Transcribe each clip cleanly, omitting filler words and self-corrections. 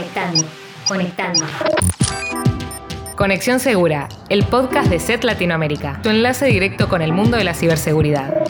Conectando. Conexión Segura, el podcast de SET Latinoamérica, tu enlace directo con el mundo de la ciberseguridad.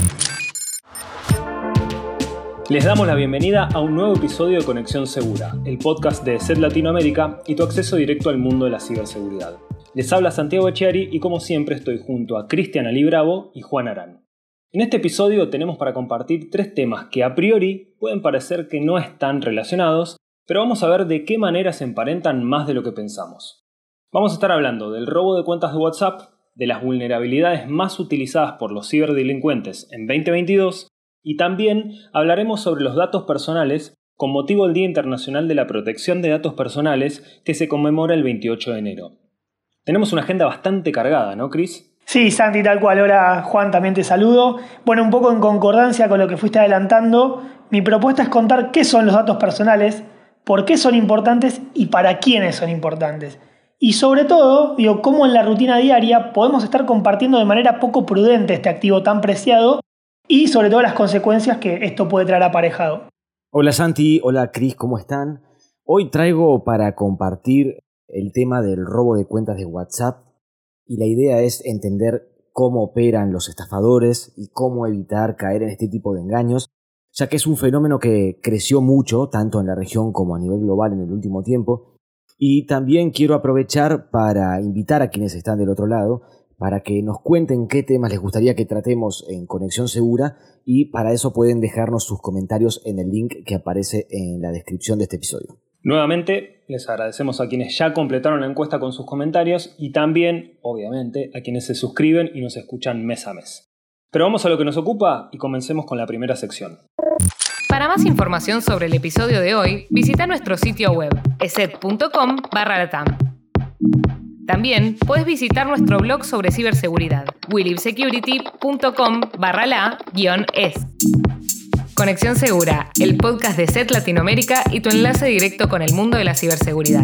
Les damos la bienvenida a un nuevo episodio de Conexión Segura, el podcast de SET Latinoamérica y tu acceso directo al mundo de la ciberseguridad. Les habla Santiago Echeari y como siempre estoy junto a Cristian Ali Bravo y Juan Arán. En este episodio tenemos para compartir 3 temas que a priori pueden parecer que no están relacionados, pero vamos a ver de qué manera se emparentan más de lo que pensamos. Vamos a estar hablando del robo de cuentas de WhatsApp, de las vulnerabilidades más utilizadas por los ciberdelincuentes en 2022 y también hablaremos sobre los datos personales con motivo del Día Internacional de la Protección de Datos Personales que se conmemora el 28 de enero. Tenemos una agenda bastante cargada, ¿no, Cris? Sí, Santi, tal cual. Hola, Juan, también te saludo. Bueno, un poco en concordancia con lo que fuiste adelantando, mi propuesta es contar qué son los datos personales, por qué son importantes y para quiénes son importantes. Y sobre todo, cómo en la rutina diaria podemos estar compartiendo de manera poco prudente este activo tan preciado y sobre todo las consecuencias que esto puede traer aparejado. Hola Santi, hola Cris, ¿cómo están? Hoy traigo para compartir el tema del robo de cuentas de WhatsApp y la idea es entender cómo operan los estafadores y cómo evitar caer en este tipo de engaños, ya que es un fenómeno que creció mucho, tanto en la región como a nivel global en el último tiempo. Y también quiero aprovechar para invitar a quienes están del otro lado para que nos cuenten qué temas les gustaría que tratemos en Conexión Segura y para eso pueden dejarnos sus comentarios en el link que aparece en la descripción de este episodio. Nuevamente, les agradecemos a quienes ya completaron la encuesta con sus comentarios y también, obviamente, a quienes se suscriben y nos escuchan mes a mes. Pero vamos a lo que nos ocupa y comencemos con la primera sección. Para más información sobre el episodio de hoy, visita nuestro sitio web, eset.com/latam. También puedes visitar nuestro blog sobre ciberseguridad, willibsecurity.com/la-es. Conexión Segura, el podcast de SET Latinoamérica y tu enlace directo con el mundo de la ciberseguridad.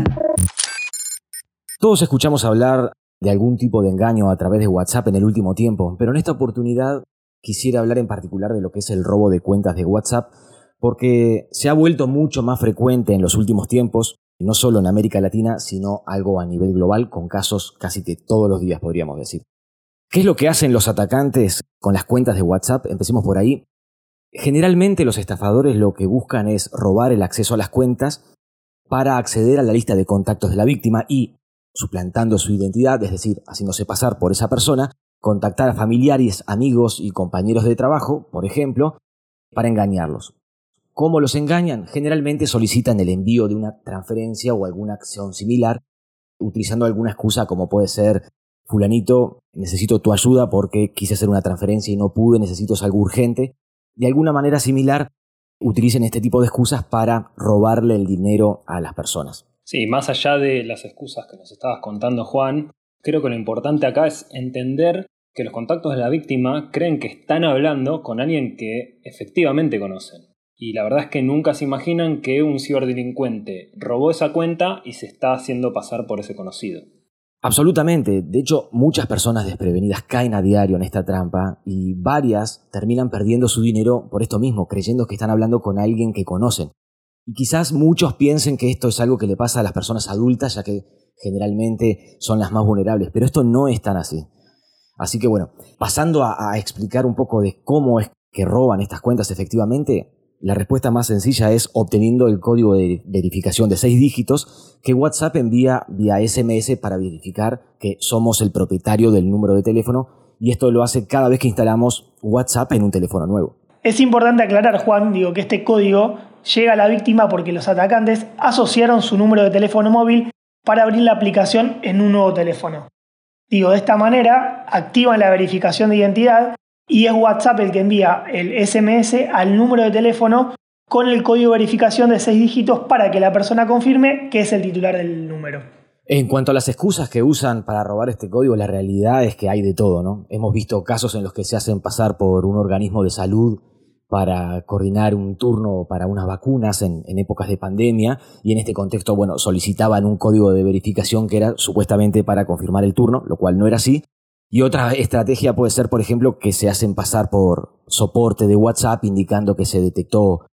Todos escuchamos hablar de algún tipo de engaño a través de WhatsApp en el último tiempo, pero en esta oportunidad quisiera hablar en particular de lo que es el robo de cuentas de WhatsApp, porque se ha vuelto mucho más frecuente en los últimos tiempos, no solo en América Latina, sino algo a nivel global, con casos casi que todos los días, podríamos decir. ¿Qué es lo que hacen los atacantes con las cuentas de WhatsApp? Empecemos por ahí. Generalmente los estafadores lo que buscan es robar el acceso a las cuentas para acceder a la lista de contactos de la víctima y, suplantando su identidad, es decir, haciéndose pasar por esa persona, contactar a familiares, amigos y compañeros de trabajo, por ejemplo, para engañarlos. ¿Cómo los engañan? Generalmente solicitan el envío de una transferencia o alguna acción similar, utilizando alguna excusa como puede ser: fulanito, necesito tu ayuda porque quise hacer una transferencia y no pude, necesito algo urgente. De alguna manera similar, utilicen este tipo de excusas para robarle el dinero a las personas. Sí, más allá de las excusas que nos estabas contando, Juan, creo que lo importante acá es entender que los contactos de la víctima creen que están hablando con alguien que efectivamente conocen. Y la verdad es que nunca se imaginan que un ciberdelincuente robó esa cuenta y se está haciendo pasar por ese conocido. Absolutamente. De hecho, muchas personas desprevenidas caen a diario en esta trampa y varias terminan perdiendo su dinero por esto mismo, creyendo que están hablando con alguien que conocen. Y quizás muchos piensen que esto es algo que le pasa a las personas adultas, ya que generalmente son las más vulnerables, pero esto no es tan así. Así que bueno, pasando a explicar un poco de cómo es que roban estas cuentas efectivamente, la respuesta más sencilla es obteniendo el código de verificación de 6 dígitos que WhatsApp envía vía SMS para verificar que somos el propietario del número de teléfono, y esto lo hace cada vez que instalamos WhatsApp en un teléfono nuevo. Es importante aclarar, Juan, que este código llega a la víctima porque los atacantes asociaron su número de teléfono móvil para abrir la aplicación en un nuevo teléfono. De esta manera activan la verificación de identidad y es WhatsApp el que envía el SMS al número de teléfono con el código de verificación de 6 dígitos para que la persona confirme que es el titular del número. En cuanto a las excusas que usan para robar este código, la realidad es que hay de todo, ¿no? Hemos visto casos en los que se hacen pasar por un organismo de salud para coordinar un turno para unas vacunas en épocas de pandemia, y en este contexto, solicitaban un código de verificación que era supuestamente para confirmar el turno, lo cual no era así. Y otra estrategia puede ser, por ejemplo, que se hacen pasar por soporte de WhatsApp indicando que se detectó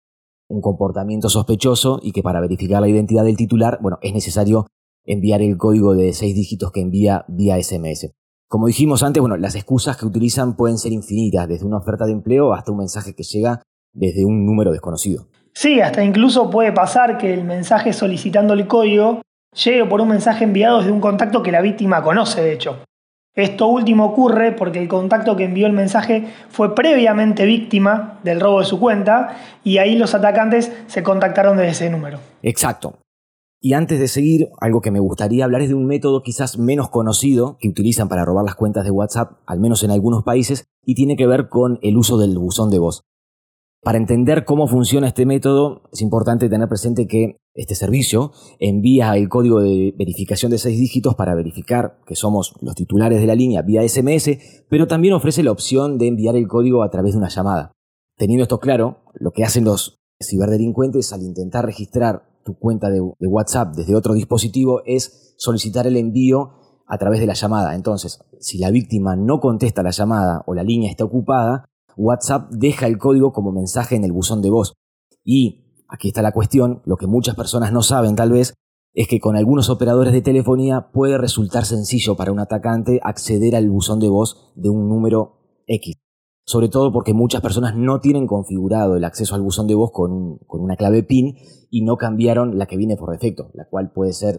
un comportamiento sospechoso y que para verificar la identidad del titular, es necesario enviar el código de 6 dígitos que envía vía SMS. Como dijimos antes, las excusas que utilizan pueden ser infinitas, desde una oferta de empleo hasta un mensaje que llega desde un número desconocido. Sí, hasta incluso puede pasar que el mensaje solicitando el código llegue por un mensaje enviado desde un contacto que la víctima conoce, de hecho. Esto último ocurre porque el contacto que envió el mensaje fue previamente víctima del robo de su cuenta y ahí los atacantes se contactaron desde ese número. Exacto. Y antes de seguir, algo que me gustaría hablar es de un método quizás menos conocido que utilizan para robar las cuentas de WhatsApp, al menos en algunos países, y tiene que ver con el uso del buzón de voz. Para entender cómo funciona este método, es importante tener presente que este servicio envía el código de verificación de 6 dígitos para verificar que somos los titulares de la línea vía SMS, pero también ofrece la opción de enviar el código a través de una llamada. Teniendo esto claro, lo que hacen los ciberdelincuentes al intentar registrar tu cuenta de WhatsApp desde otro dispositivo es solicitar el envío a través de la llamada. Entonces, si la víctima no contesta la llamada o la línea está ocupada, WhatsApp deja el código como mensaje en el buzón de voz. Y aquí está la cuestión, lo que muchas personas no saben tal vez, es que con algunos operadores de telefonía puede resultar sencillo para un atacante acceder al buzón de voz de un número X. Sobre todo porque muchas personas no tienen configurado el acceso al buzón de voz con una clave PIN y no cambiaron la que viene por defecto, la cual puede ser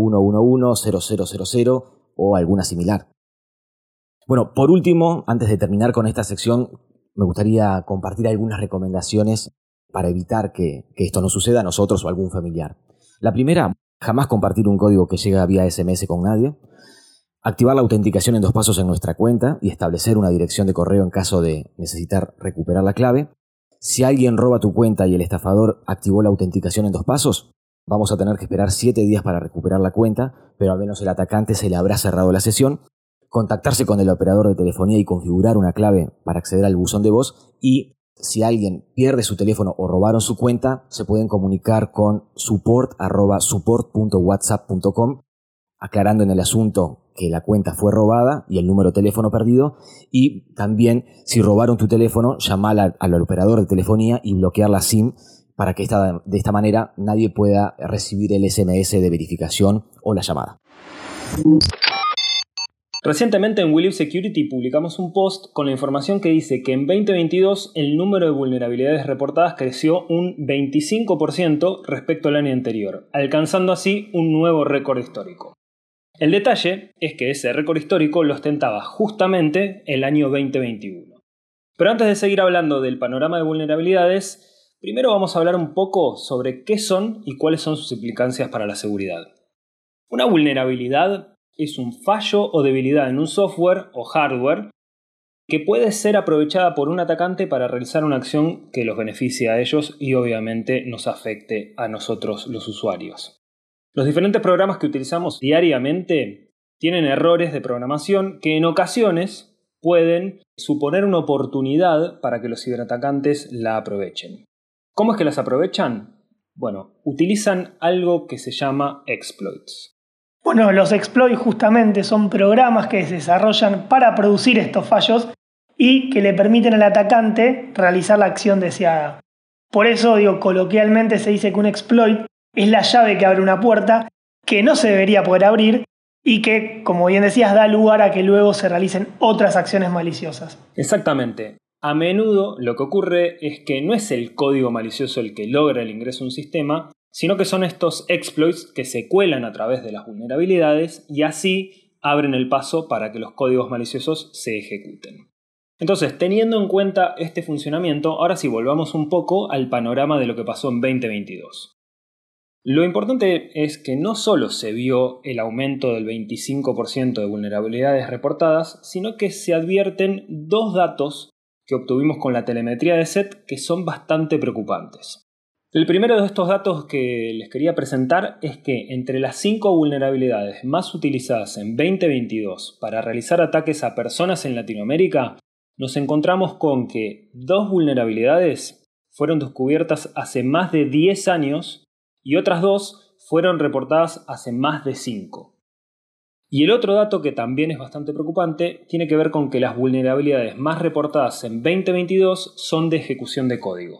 1111 0000 o alguna similar. Por último, antes de terminar con esta sección, me gustaría compartir algunas recomendaciones para evitar que esto no suceda a nosotros o a algún familiar. La primera, jamás compartir un código que llega vía SMS con nadie. Activar la autenticación en 2 pasos en nuestra cuenta y establecer una dirección de correo en caso de necesitar recuperar la clave. Si alguien roba tu cuenta y el estafador activó la autenticación en 2 pasos, vamos a tener que esperar 7 días para recuperar la cuenta, pero al menos el atacante se le habrá cerrado la sesión. Contactarse con el operador de telefonía y configurar una clave para acceder al buzón de voz, y si alguien pierde su teléfono o robaron su cuenta, se pueden comunicar con support@whatsapp.com, aclarando en el asunto que la cuenta fue robada y el número de teléfono perdido, y también si robaron tu teléfono, llamar al operador de telefonía y bloquear la SIM para que de esta manera nadie pueda recibir el SMS de verificación o la llamada. Recientemente en WeLive Security publicamos un post con la información que dice que en 2022 el número de vulnerabilidades reportadas creció un 25% respecto al año anterior, alcanzando así un nuevo récord histórico. El detalle es que ese récord histórico lo ostentaba justamente el año 2021. Pero antes de seguir hablando del panorama de vulnerabilidades, primero vamos a hablar un poco sobre qué son y cuáles son sus implicancias para la seguridad. Una vulnerabilidad es un fallo o debilidad en un software o hardware que puede ser aprovechada por un atacante para realizar una acción que los beneficie a ellos y obviamente nos afecte a nosotros los usuarios. Los diferentes programas que utilizamos diariamente tienen errores de programación que en ocasiones pueden suponer una oportunidad para que los ciberatacantes la aprovechen. ¿Cómo es que las aprovechan? Utilizan algo que se llama exploits. Los exploits justamente son programas que se desarrollan para producir estos fallos y que le permiten al atacante realizar la acción deseada. Por eso, coloquialmente se dice que un exploit es la llave que abre una puerta que no se debería poder abrir y que, como bien decías, da lugar a que luego se realicen otras acciones maliciosas. Exactamente. A menudo lo que ocurre es que no es el código malicioso el que logra el ingreso a un sistema, sino que son estos exploits que se cuelan a través de las vulnerabilidades y así abren el paso para que los códigos maliciosos se ejecuten. Entonces, teniendo en cuenta este funcionamiento, ahora sí volvamos un poco al panorama de lo que pasó en 2022. Lo importante es que no solo se vio el aumento del 25% de vulnerabilidades reportadas, sino que se advierten 2 datos que obtuvimos con la telemetría de SET que son bastante preocupantes. El primero de estos datos que les quería presentar es que entre las 5 vulnerabilidades más utilizadas en 2022 para realizar ataques a personas en Latinoamérica, nos encontramos con que 2 vulnerabilidades fueron descubiertas hace más de 10 años y otras 2 fueron reportadas hace más de 5. Y el otro dato que también es bastante preocupante tiene que ver con que las vulnerabilidades más reportadas en 2022 son de ejecución de código.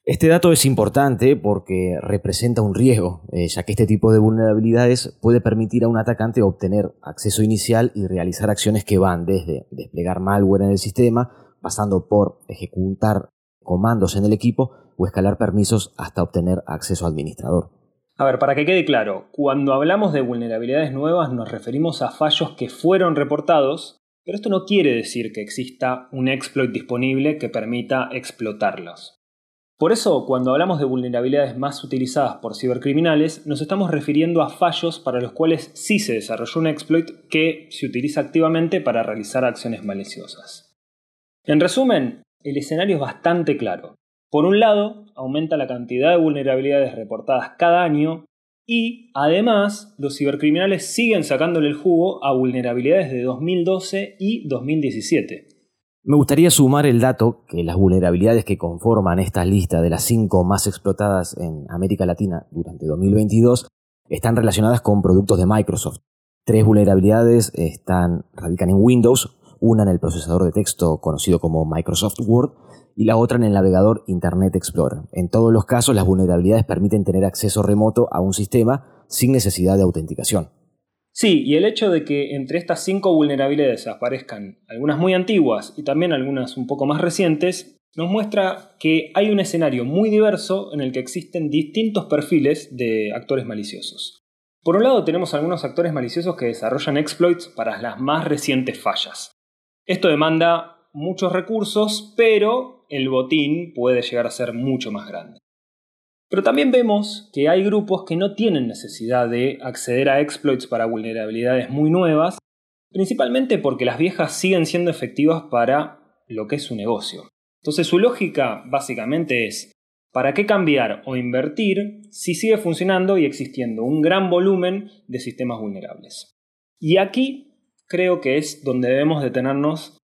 Este dato es importante porque representa un riesgo, ya que este tipo de vulnerabilidades puede permitir a un atacante obtener acceso inicial y realizar acciones que van desde desplegar malware en el sistema, pasando por ejecutar comandos en el equipo o escalar permisos hasta obtener acceso administrador. A ver, para que quede claro, cuando hablamos de vulnerabilidades nuevas nos referimos a fallos que fueron reportados, pero esto no quiere decir que exista un exploit disponible que permita explotarlos. Por eso, cuando hablamos de vulnerabilidades más utilizadas por cibercriminales, nos estamos refiriendo a fallos para los cuales sí se desarrolló un exploit que se utiliza activamente para realizar acciones maliciosas. En resumen, el escenario es bastante claro. Por un lado, aumenta la cantidad de vulnerabilidades reportadas cada año y, además, los cibercriminales siguen sacándole el jugo a vulnerabilidades de 2012 y 2017. Me gustaría sumar el dato que las vulnerabilidades que conforman esta lista de las 5 más explotadas en América Latina durante 2022 están relacionadas con productos de Microsoft. 3 vulnerabilidades radican en Windows, una en el procesador de texto conocido como Microsoft Word y la otra en el navegador Internet Explorer. En todos los casos, las vulnerabilidades permiten tener acceso remoto a un sistema sin necesidad de autenticación. Sí, y el hecho de que entre estas 5 vulnerabilidades aparezcan algunas muy antiguas y también algunas un poco más recientes, nos muestra que hay un escenario muy diverso en el que existen distintos perfiles de actores maliciosos. Por un lado tenemos algunos actores maliciosos que desarrollan exploits para las más recientes fallas. Esto demanda muchos recursos, pero el botín puede llegar a ser mucho más grande. Pero también vemos que hay grupos que no tienen necesidad de acceder a exploits para vulnerabilidades muy nuevas, principalmente porque las viejas siguen siendo efectivas para lo que es su negocio. Entonces su lógica básicamente es, ¿para qué cambiar o invertir si sigue funcionando y existiendo un gran volumen de sistemas vulnerables? Y aquí creo que es donde debemos detenernos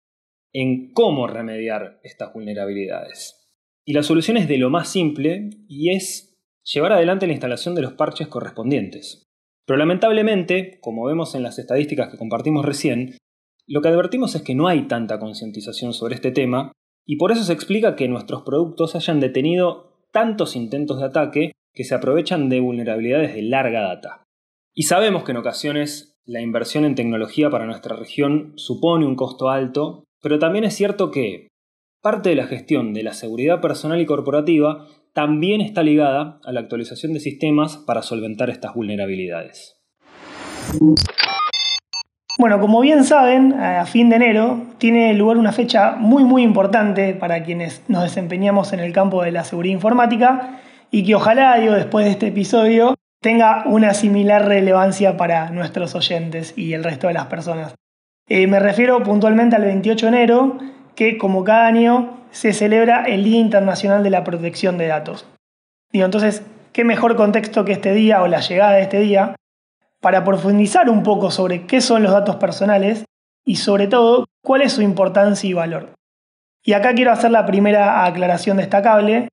en cómo remediar estas vulnerabilidades. Y la solución es de lo más simple y es llevar adelante la instalación de los parches correspondientes. Pero lamentablemente, como vemos en las estadísticas que compartimos recién, lo que advertimos es que no hay tanta concientización sobre este tema y por eso se explica que nuestros productos hayan detenido tantos intentos de ataque que se aprovechan de vulnerabilidades de larga data. Y sabemos que en ocasiones la inversión en tecnología para nuestra región supone un costo alto, pero también es cierto que parte de la gestión de la seguridad personal y corporativa también está ligada a la actualización de sistemas para solventar estas vulnerabilidades. Bueno, como bien saben, a fin de enero tiene lugar una fecha muy importante para quienes nos desempeñamos en el campo de la seguridad informática y que ojalá, después de este episodio, tenga una similar relevancia para nuestros oyentes y el resto de las personas. Me refiero puntualmente al 28 de enero, que como cada año se celebra el Día Internacional de la Protección de Datos. Entonces, ¿qué mejor contexto que este día o la llegada de este día para profundizar un poco sobre qué son los datos personales y sobre todo cuál es su importancia y valor? Y acá quiero hacer la primera aclaración destacable,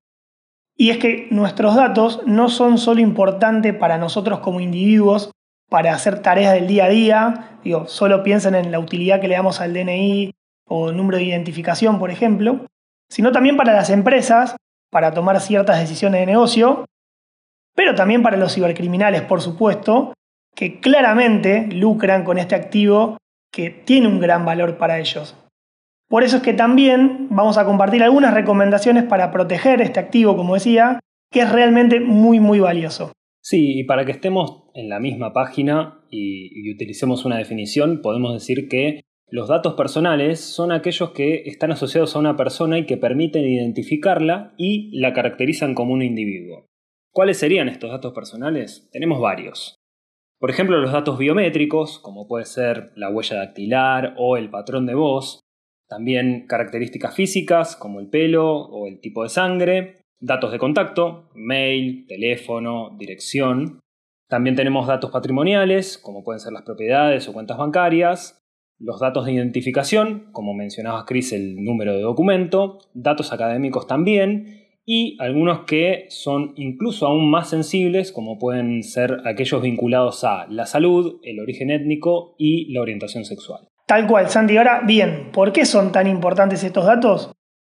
y es que nuestros datos no son solo importantes para nosotros como individuos para hacer tareas del día a día, solo piensen en la utilidad que le damos al DNI o número de identificación, por ejemplo, sino también para las empresas, para tomar ciertas decisiones de negocio, pero también para los cibercriminales, por supuesto, que claramente lucran con este activo que tiene un gran valor para ellos. Por eso es que también vamos a compartir algunas recomendaciones para proteger este activo, como decía, que es realmente muy valioso. Sí, y para que estemos en la misma página y utilicemos una definición, podemos decir que los datos personales son aquellos que están asociados a una persona y que permiten identificarla y la caracterizan como un individuo. ¿Cuáles serían estos datos personales? Tenemos varios. Por ejemplo, los datos biométricos, como puede ser la huella dactilar o el patrón de voz. También características físicas, como el pelo o el tipo de sangre. Datos de contacto, mail, teléfono, dirección. También tenemos datos patrimoniales, como pueden ser las propiedades o cuentas bancarias. Los datos de identificación, como mencionabas, Chris, el número de documento. Datos académicos también. Y algunos que son incluso aún más sensibles, como pueden ser aquellos vinculados a la salud, el origen étnico y la orientación sexual. Tal cual, Santi. Ahora, bien, ¿por qué son tan importantes estos datos?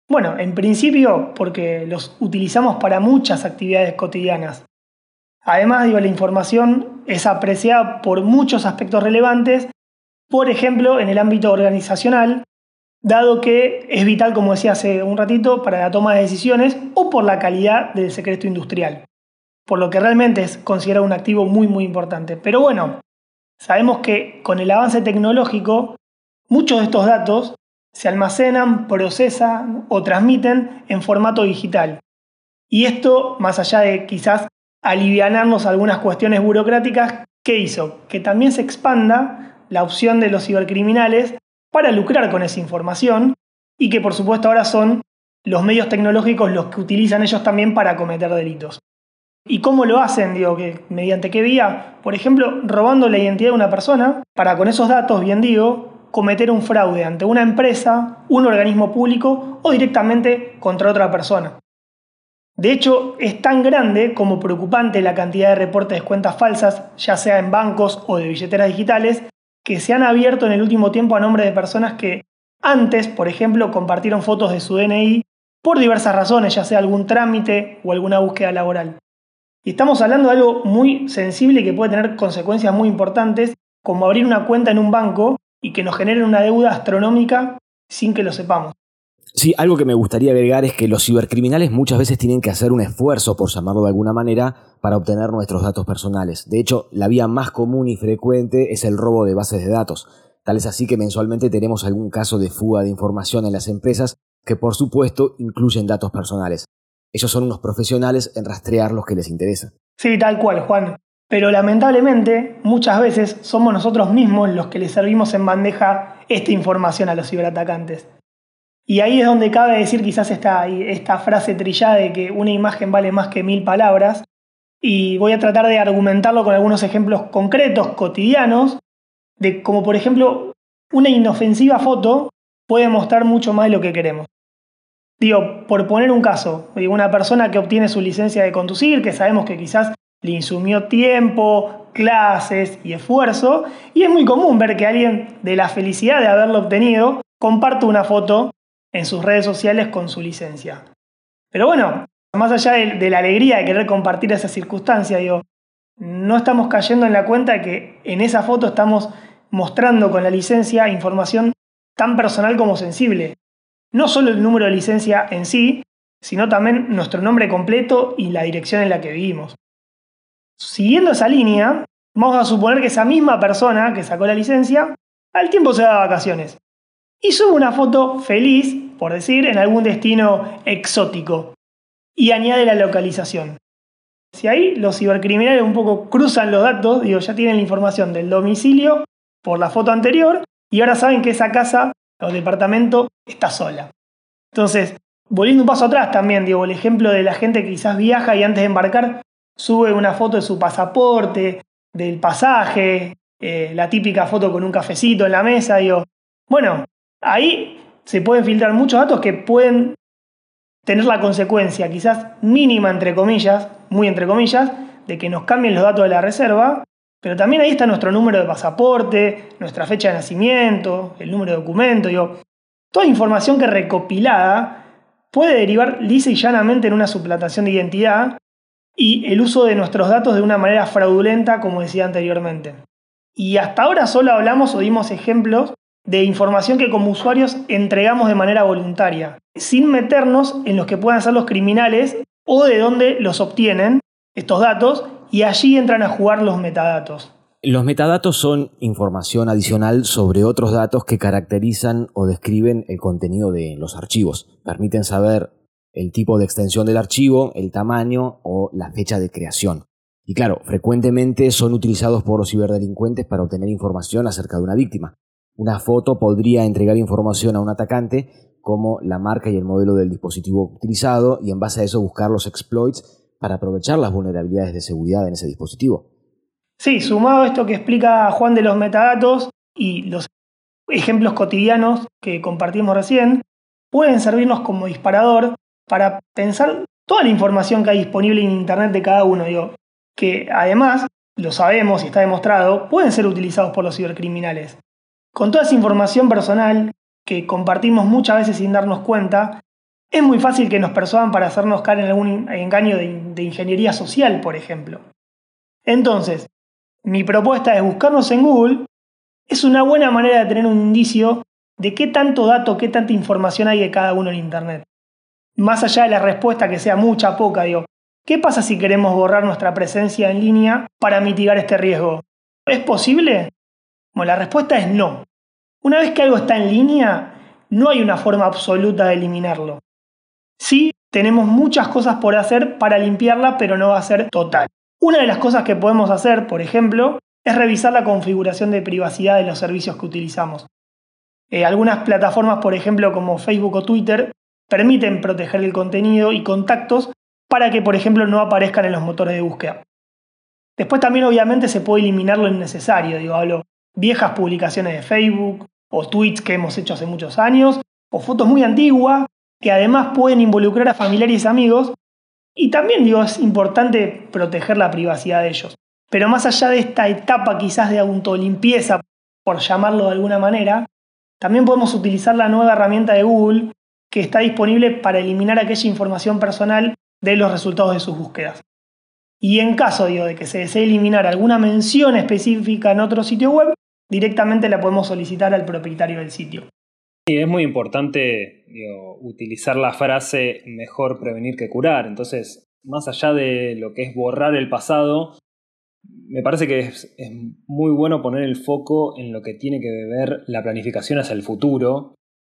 Bueno, en principio porque los utilizamos para muchas actividades cotidianas. Además, la información es apreciada por muchos aspectos relevantes, por ejemplo, en el ámbito organizacional, dado que es vital, como decía hace un ratito, para la toma de decisiones o por la calidad del secreto industrial, por lo que realmente es considerado un activo muy, muy importante. Pero bueno, sabemos que con el avance tecnológico, muchos de estos datos se almacenan, procesan o transmiten en formato digital. Y esto, más allá de quizás alivianarnos algunas cuestiones burocráticas, ¿qué hizo? Que también se expanda la opción de los cibercriminales para lucrar con esa información y que por supuesto ahora son los medios tecnológicos los que utilizan ellos también para cometer delitos. ¿Y cómo lo hacen? ¿Mediante qué vía? Por ejemplo, robando la identidad de una persona para con esos datos, cometer un fraude ante una empresa, un organismo público o directamente contra otra persona. De hecho, es tan grande como preocupante la cantidad de reportes de cuentas falsas, ya sea en bancos o de billeteras digitales, que se han abierto en el último tiempo a nombre de personas que antes, por ejemplo, compartieron fotos de su DNI por diversas razones, ya sea algún trámite o alguna búsqueda laboral. Y estamos hablando de algo muy sensible y que puede tener consecuencias muy importantes, como abrir una cuenta en un banco y que nos generen una deuda astronómica sin que lo sepamos. Sí, algo que me gustaría agregar es que los cibercriminales muchas veces tienen que hacer un esfuerzo, por llamarlo de alguna manera, para obtener nuestros datos personales. De hecho, la vía más común y frecuente es el robo de bases de datos. Tal es así que mensualmente tenemos algún caso de fuga de información en las empresas que, por supuesto, incluyen datos personales. Ellos son unos profesionales en rastrear los que les interesa. Sí, tal cual, Juan. Pero lamentablemente, muchas veces somos nosotros mismos los que les servimos en bandeja esta información a los ciberatacantes. Y ahí es donde cabe decir quizás esta frase trillada de que una imagen vale más que 1000 palabras. Y voy a tratar de argumentarlo con algunos ejemplos concretos, cotidianos, de como por ejemplo, una inofensiva foto puede mostrar mucho más de lo que queremos. Por poner un caso, una persona que obtiene su licencia de conducir, que sabemos que quizás le insumió tiempo, clases y esfuerzo, y es muy común ver que alguien de la felicidad de haberlo obtenido comparte una foto en sus redes sociales con su licencia. Pero bueno, más allá de la alegría de querer compartir esa circunstancia, no estamos cayendo en la cuenta de que en esa foto estamos mostrando con la licencia información tan personal como sensible. No solo el número de licencia en sí, sino también nuestro nombre completo y la dirección en la que vivimos. Siguiendo esa línea, vamos a suponer que esa misma persona que sacó la licencia, al tiempo se da de vacaciones y sube una foto feliz, por decir, en algún destino exótico y añade la localización. Si ahí los cibercriminales un poco cruzan los datos, ya tienen la información del domicilio por la foto anterior y ahora saben que esa casa o departamento está sola. Entonces, volviendo un paso atrás también, el ejemplo de la gente que quizás viaja y antes de embarcar sube una foto de su pasaporte, del pasaje, la típica foto con un cafecito en la mesa, bueno, ahí se pueden filtrar muchos datos que pueden tener la consecuencia, quizás mínima entre comillas, muy entre comillas, de que nos cambien los datos de la reserva, pero también ahí está nuestro número de pasaporte, nuestra fecha de nacimiento, el número de documento, toda información que recopilada puede derivar lisa y llanamente en una suplantación de identidad y el uso de nuestros datos de una manera fraudulenta, como decía anteriormente. Y hasta ahora solo hablamos o dimos ejemplos de información que como usuarios entregamos de manera voluntaria, sin meternos en los que puedan ser los criminales o de dónde los obtienen estos datos, y allí entran a jugar los metadatos. Los metadatos son información adicional sobre otros datos que caracterizan o describen el contenido de los archivos. Permiten saber el tipo de extensión del archivo, el tamaño o la fecha de creación. Y claro, frecuentemente son utilizados por los ciberdelincuentes para obtener información acerca de una víctima. Una foto podría entregar información a un atacante como la marca y el modelo del dispositivo utilizado y en base a eso buscar los exploits para aprovechar las vulnerabilidades de seguridad en ese dispositivo. Sí, sumado a esto que explica Juan de los metadatos y los ejemplos cotidianos que compartimos recién, pueden servirnos como disparador para pensar toda la información que hay disponible en Internet de cada uno, que además, lo sabemos y está demostrado, pueden ser utilizados por los cibercriminales. Con toda esa información personal que compartimos muchas veces sin darnos cuenta, es muy fácil que nos persuadan para hacernos caer en algún engaño de ingeniería social, por ejemplo. Entonces, mi propuesta es buscarnos en Google. Es una buena manera de tener un indicio de qué tanto dato, qué tanta información hay de cada uno en Internet. Más allá de la respuesta que sea mucha, poca, ¿qué pasa si queremos borrar nuestra presencia en línea para mitigar este riesgo? ¿Es posible? Bueno, la respuesta es no. Una vez que algo está en línea, no hay una forma absoluta de eliminarlo. Sí, tenemos muchas cosas por hacer para limpiarla, pero no va a ser total. Una de las cosas que podemos hacer, por ejemplo, es revisar la configuración de privacidad de los servicios que utilizamos. Algunas plataformas, por ejemplo, como Facebook o Twitter, permiten proteger el contenido y contactos para que, por ejemplo, no aparezcan en los motores de búsqueda. Después también, obviamente, se puede eliminar lo innecesario. Hablo viejas publicaciones de Facebook o tweets que hemos hecho hace muchos años o fotos muy antiguas que además pueden involucrar a familiares y amigos. Y también, es importante proteger la privacidad de ellos. Pero más allá de esta etapa quizás de autolimpieza, por llamarlo de alguna manera, también podemos utilizar la nueva herramienta de Google que está disponible para eliminar aquella información personal de los resultados de sus búsquedas. Y en caso de que se desee eliminar alguna mención específica en otro sitio web, directamente la podemos solicitar al propietario del sitio. Sí, es muy importante utilizar la frase mejor prevenir que curar. Entonces, más allá de lo que es borrar el pasado, me parece que es muy bueno poner el foco en lo que tiene que ver la planificación hacia el futuro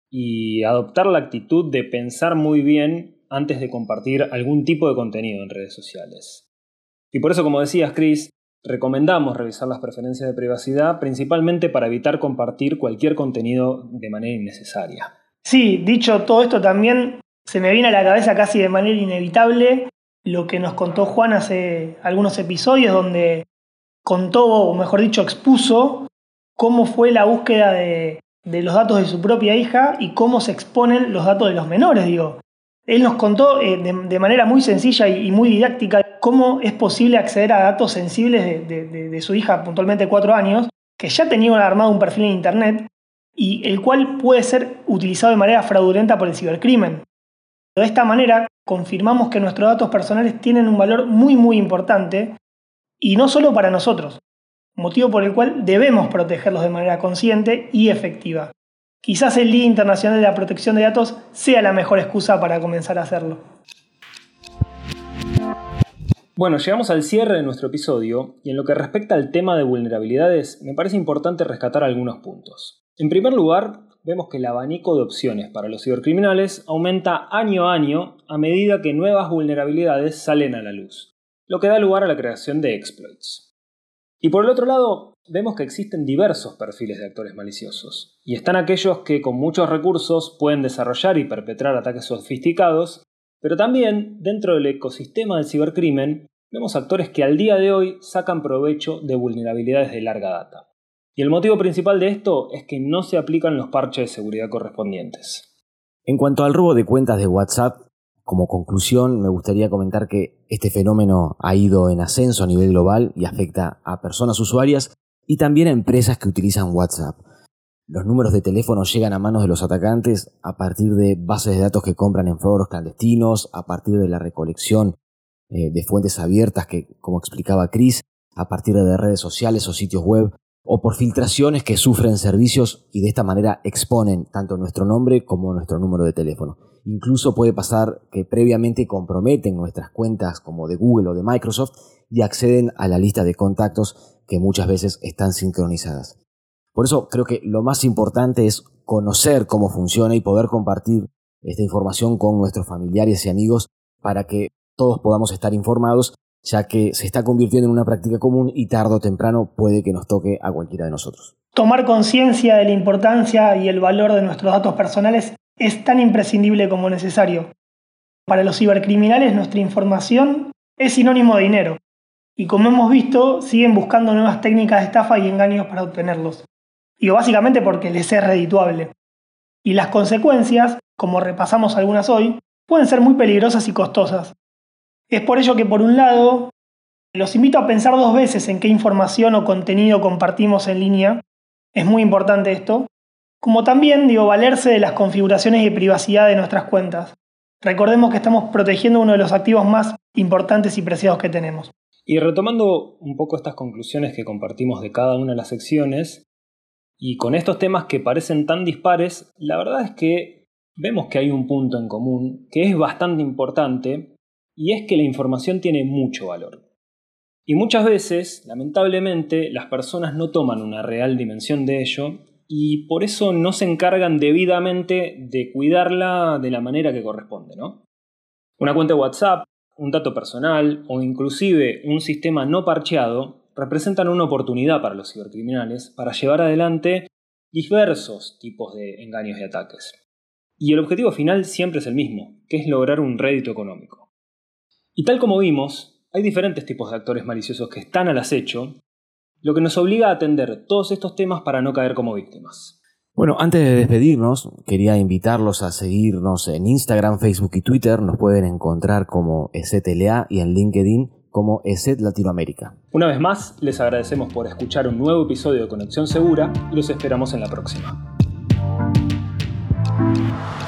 y adoptar la actitud de pensar muy bien antes de compartir algún tipo de contenido en redes sociales. Y por eso, como decías, Chris, recomendamos revisar las preferencias de privacidad, principalmente para evitar compartir cualquier contenido de manera innecesaria. Sí, dicho todo esto también se me viene a la cabeza casi de manera inevitable lo que nos contó Juan hace algunos episodios, donde contó, o mejor dicho, expuso cómo fue la búsqueda de los datos de su propia hija y cómo se exponen los datos de los menores. Él nos contó de manera muy sencilla y muy didáctica cómo es posible acceder a datos sensibles de su hija, puntualmente 4 años, que ya tenía armado un perfil en Internet y el cual puede ser utilizado de manera fraudulenta por el cibercrimen. De esta manera, confirmamos que nuestros datos personales tienen un valor muy, muy importante y no solo para nosotros, motivo por el cual debemos protegerlos de manera consciente y efectiva. Quizás el Día Internacional de la Protección de Datos sea la mejor excusa para comenzar a hacerlo. Bueno, llegamos al cierre de nuestro episodio y en lo que respecta al tema de vulnerabilidades, me parece importante rescatar algunos puntos. En primer lugar, vemos que el abanico de opciones para los cibercriminales aumenta año a año a medida que nuevas vulnerabilidades salen a la luz, lo que da lugar a la creación de exploits. Y por el otro lado, vemos que existen diversos perfiles de actores maliciosos, y están aquellos que con muchos recursos pueden desarrollar y perpetrar ataques sofisticados, pero también, dentro del ecosistema del cibercrimen, vemos actores que al día de hoy sacan provecho de vulnerabilidades de larga data. Y el motivo principal de esto es que no se aplican los parches de seguridad correspondientes. En cuanto al robo de cuentas de WhatsApp, como conclusión me gustaría comentar que este fenómeno ha ido en ascenso a nivel global y afecta a personas usuarias y también a empresas que utilizan WhatsApp. Los números de teléfono llegan a manos de los atacantes a partir de bases de datos que compran en foros clandestinos, a partir de la recolección de fuentes abiertas que, como explicaba Chris, a partir de redes sociales o sitios web, o por filtraciones que sufren servicios y de esta manera exponen tanto nuestro nombre como nuestro número de teléfono. Incluso puede pasar que previamente comprometen nuestras cuentas como de Google o de Microsoft y acceden a la lista de contactos que muchas veces están sincronizadas. Por eso creo que lo más importante es conocer cómo funciona y poder compartir esta información con nuestros familiares y amigos para que todos podamos estar informados, ya que se está convirtiendo en una práctica común y tarde o temprano puede que nos toque a cualquiera de nosotros. Tomar conciencia de la importancia y el valor de nuestros datos personales es tan imprescindible como necesario. Para los cibercriminales nuestra información es sinónimo de dinero y, como hemos visto, siguen buscando nuevas técnicas de estafa y engaños para obtenerlos. Básicamente porque les es redituable. Y las consecuencias, como repasamos algunas hoy, pueden ser muy peligrosas y costosas. Es por ello que, por un lado, los invito a pensar 2 veces en qué información o contenido compartimos en línea. Es muy importante esto. Como también, valerse de las configuraciones de privacidad de nuestras cuentas. Recordemos que estamos protegiendo uno de los activos más importantes y preciados que tenemos. Y retomando un poco estas conclusiones que compartimos de cada una de las secciones, y con estos temas que parecen tan dispares, la verdad es que vemos que hay un punto en común que es bastante importante, y es que la información tiene mucho valor. Y muchas veces, lamentablemente, las personas no toman una real dimensión de ello, y por eso no se encargan debidamente de cuidarla de la manera que corresponde, ¿no? Una cuenta de WhatsApp, un dato personal o inclusive un sistema no parcheado representan una oportunidad para los cibercriminales para llevar adelante diversos tipos de engaños y ataques. Y el objetivo final siempre es el mismo, que es lograr un rédito económico. Y tal como vimos, hay diferentes tipos de actores maliciosos que están al acecho, lo que nos obliga a atender todos estos temas para no caer como víctimas. Bueno, antes de despedirnos, quería invitarlos a seguirnos en Instagram, Facebook y Twitter. Nos pueden encontrar como ESET-LA y en LinkedIn como ESET Latinoamérica. Una vez más, les agradecemos por escuchar un nuevo episodio de Conexión Segura y los esperamos en la próxima.